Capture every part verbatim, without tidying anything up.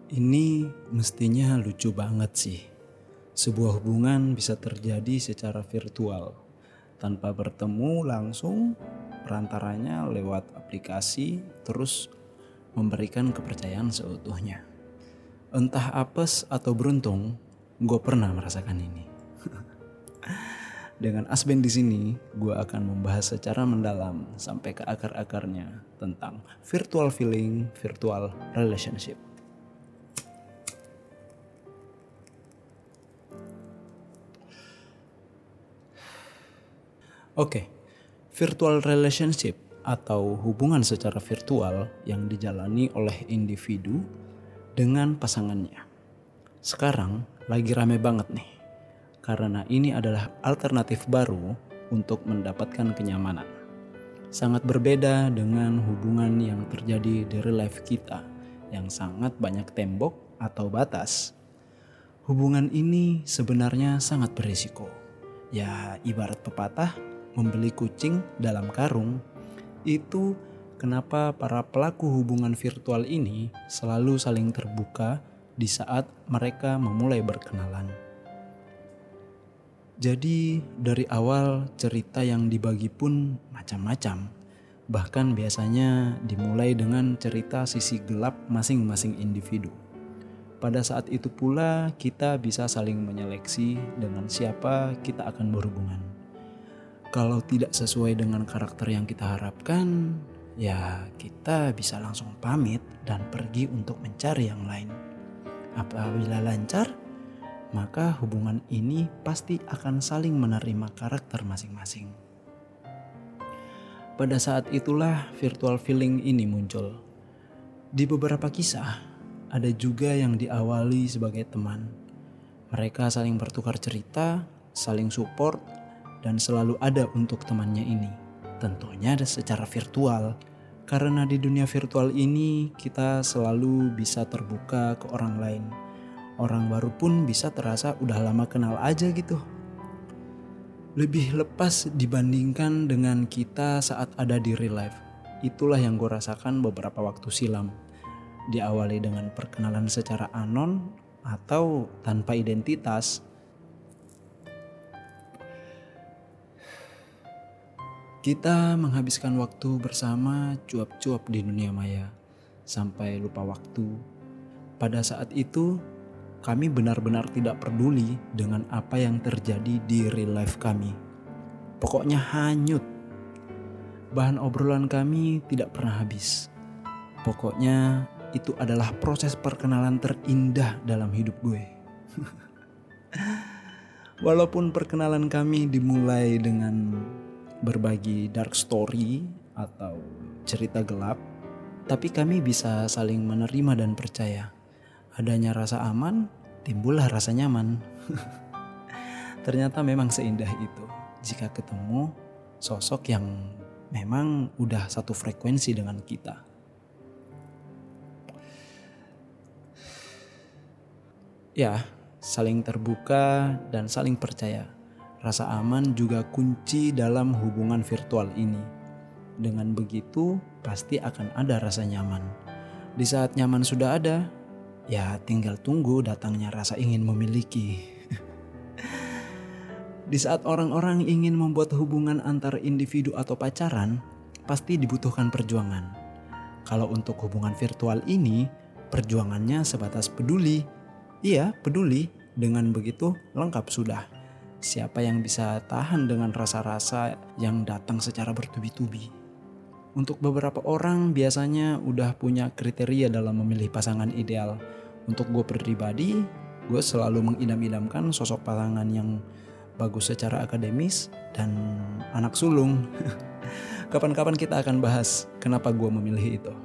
Ini mestinya lucu banget sih. Sebuah hubungan bisa terjadi secara virtual, tanpa bertemu langsung, perantaranya lewat aplikasi, terus memberikan kepercayaan seutuhnya. Entah apes atau beruntung, gue pernah merasakan ini. Dengan Asben di sini, gue akan membahas secara mendalam sampai ke akar-akarnya tentang virtual feeling, virtual relationship. Oke, virtual relationship atau hubungan secara virtual yang dijalani oleh individu dengan pasangannya. Sekarang lagi rame banget nih, karena ini adalah alternatif baru untuk mendapatkan kenyamanan. Sangat berbeda dengan hubungan yang terjadi di real life kita yang sangat banyak tembok atau batas. Hubungan ini sebenarnya sangat berisiko. Ya, ibarat pepatah, membeli kucing dalam karung. Itu kenapa para pelaku hubungan virtual ini selalu saling terbuka di saat mereka memulai berkenalan. Jadi dari awal cerita yang dibagi pun macam-macam. Bahkan biasanya dimulai dengan cerita sisi gelap masing-masing individu. Pada saat itu pula kita bisa saling menyeleksi dengan siapa kita akan berhubungan. Kalau tidak sesuai dengan karakter yang kita harapkan, ya kita bisa langsung pamit dan pergi untuk mencari yang lain. Apabila lancar, maka hubungan ini pasti akan saling menerima karakter masing-masing. Pada saat itulah virtual feeling ini muncul. Di beberapa kisah, ada juga yang diawali sebagai teman. Mereka saling bertukar cerita, saling support, dan selalu ada untuk temannya ini. Tentunya secara virtual, karena di dunia virtual ini kita selalu bisa terbuka ke orang lain. Orang baru pun bisa terasa udah lama kenal aja gitu. Lebih lepas dibandingkan dengan kita saat ada di real life. Itulah yang gue rasakan beberapa waktu silam. Diawali dengan perkenalan secara anon atau tanpa identitas. Kita menghabiskan waktu bersama cuap-cuap di dunia maya sampai lupa waktu. Pada saat itu, kami benar-benar tidak peduli dengan apa yang terjadi di real life kami. Pokoknya hanyut. Bahan obrolan kami tidak pernah habis. Pokoknya itu adalah proses perkenalan terindah dalam hidup gue. Walaupun perkenalan kami dimulai dengan berbagi dark story atau cerita gelap, tapi kami bisa saling menerima dan percaya. Adanya rasa aman, timbullah rasa nyaman. Ternyata memang seindah itu jika ketemu sosok yang memang udah satu frekuensi dengan kita. Ya, saling terbuka dan saling percaya. Rasa aman juga kunci dalam hubungan virtual ini. Dengan begitu, pasti akan ada rasa nyaman. Di saat nyaman sudah ada, ya tinggal tunggu datangnya rasa ingin memiliki. Di saat orang-orang ingin membuat hubungan antar individu atau pacaran, pasti dibutuhkan perjuangan. Kalau untuk hubungan virtual ini, perjuangannya sebatas peduli. Iya, peduli. Dengan begitu lengkap sudah. Siapa yang bisa tahan dengan rasa-rasa yang datang secara bertubi-tubi? Untuk beberapa orang biasanya udah punya kriteria dalam memilih pasangan ideal. Untuk gue pribadi, gue selalu mengidam-idamkan sosok pasangan yang bagus secara akademis dan anak sulung. Kapan-kapan kita akan bahas kenapa gue memilih itu.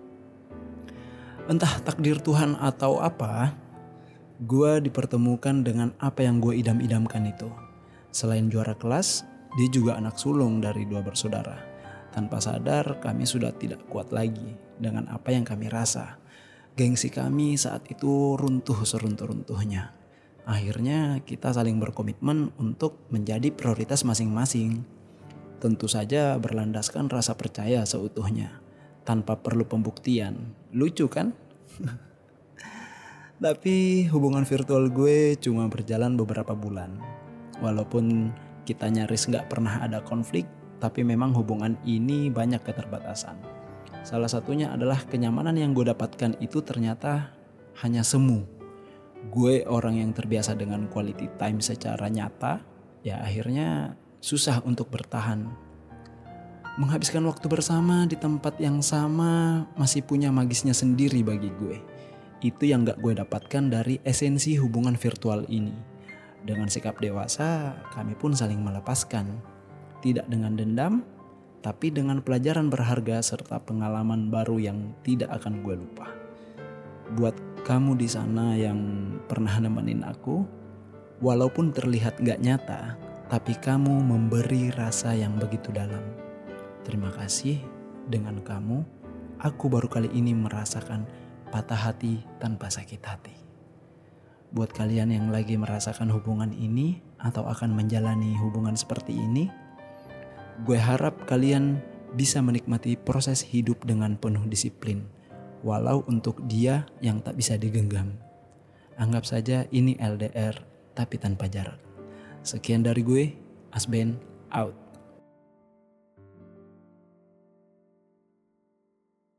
Entah takdir Tuhan atau apa, gue dipertemukan dengan apa yang gue idam-idamkan itu. Selain juara kelas, dia juga anak sulung dari dua bersaudara. Tanpa sadar kami sudah tidak kuat lagi dengan apa yang kami rasa. Gengsi kami saat itu runtuh seruntuh-runtuhnya. Akhirnya kita saling berkomitmen untuk menjadi prioritas masing-masing. Tentu saja berlandaskan rasa percaya seutuhnya, tanpa perlu pembuktian. Lucu kan? Tapi hubungan virtual gue cuma berjalan beberapa bulan. Walaupun kita nyaris gak pernah ada konflik, tapi memang hubungan ini banyak keterbatasan. Salah satunya adalah kenyamanan yang gue dapatkan itu ternyata hanya semu. Gue orang yang terbiasa dengan quality time secara nyata, ya akhirnya susah untuk bertahan. Menghabiskan waktu bersama di tempat yang sama masih punya magisnya sendiri bagi gue. Itu yang gak gue dapatkan dari esensi hubungan virtual ini. Dengan sikap dewasa, kami pun saling melepaskan. Tidak dengan dendam, tapi dengan pelajaran berharga serta pengalaman baru yang tidak akan gue lupa. Buat kamu di sana yang pernah nemenin aku, walaupun terlihat gak nyata, tapi kamu memberi rasa yang begitu dalam. Terima kasih, dengan kamu, aku baru kali ini merasakan patah hati tanpa sakit hati. Buat kalian yang lagi merasakan hubungan ini atau akan menjalani hubungan seperti ini, gue harap kalian bisa menikmati proses hidup dengan penuh disiplin, walau untuk dia yang tak bisa digenggam. Anggap saja ini L D R tapi tanpa jarak. Sekian dari gue, Asben, out.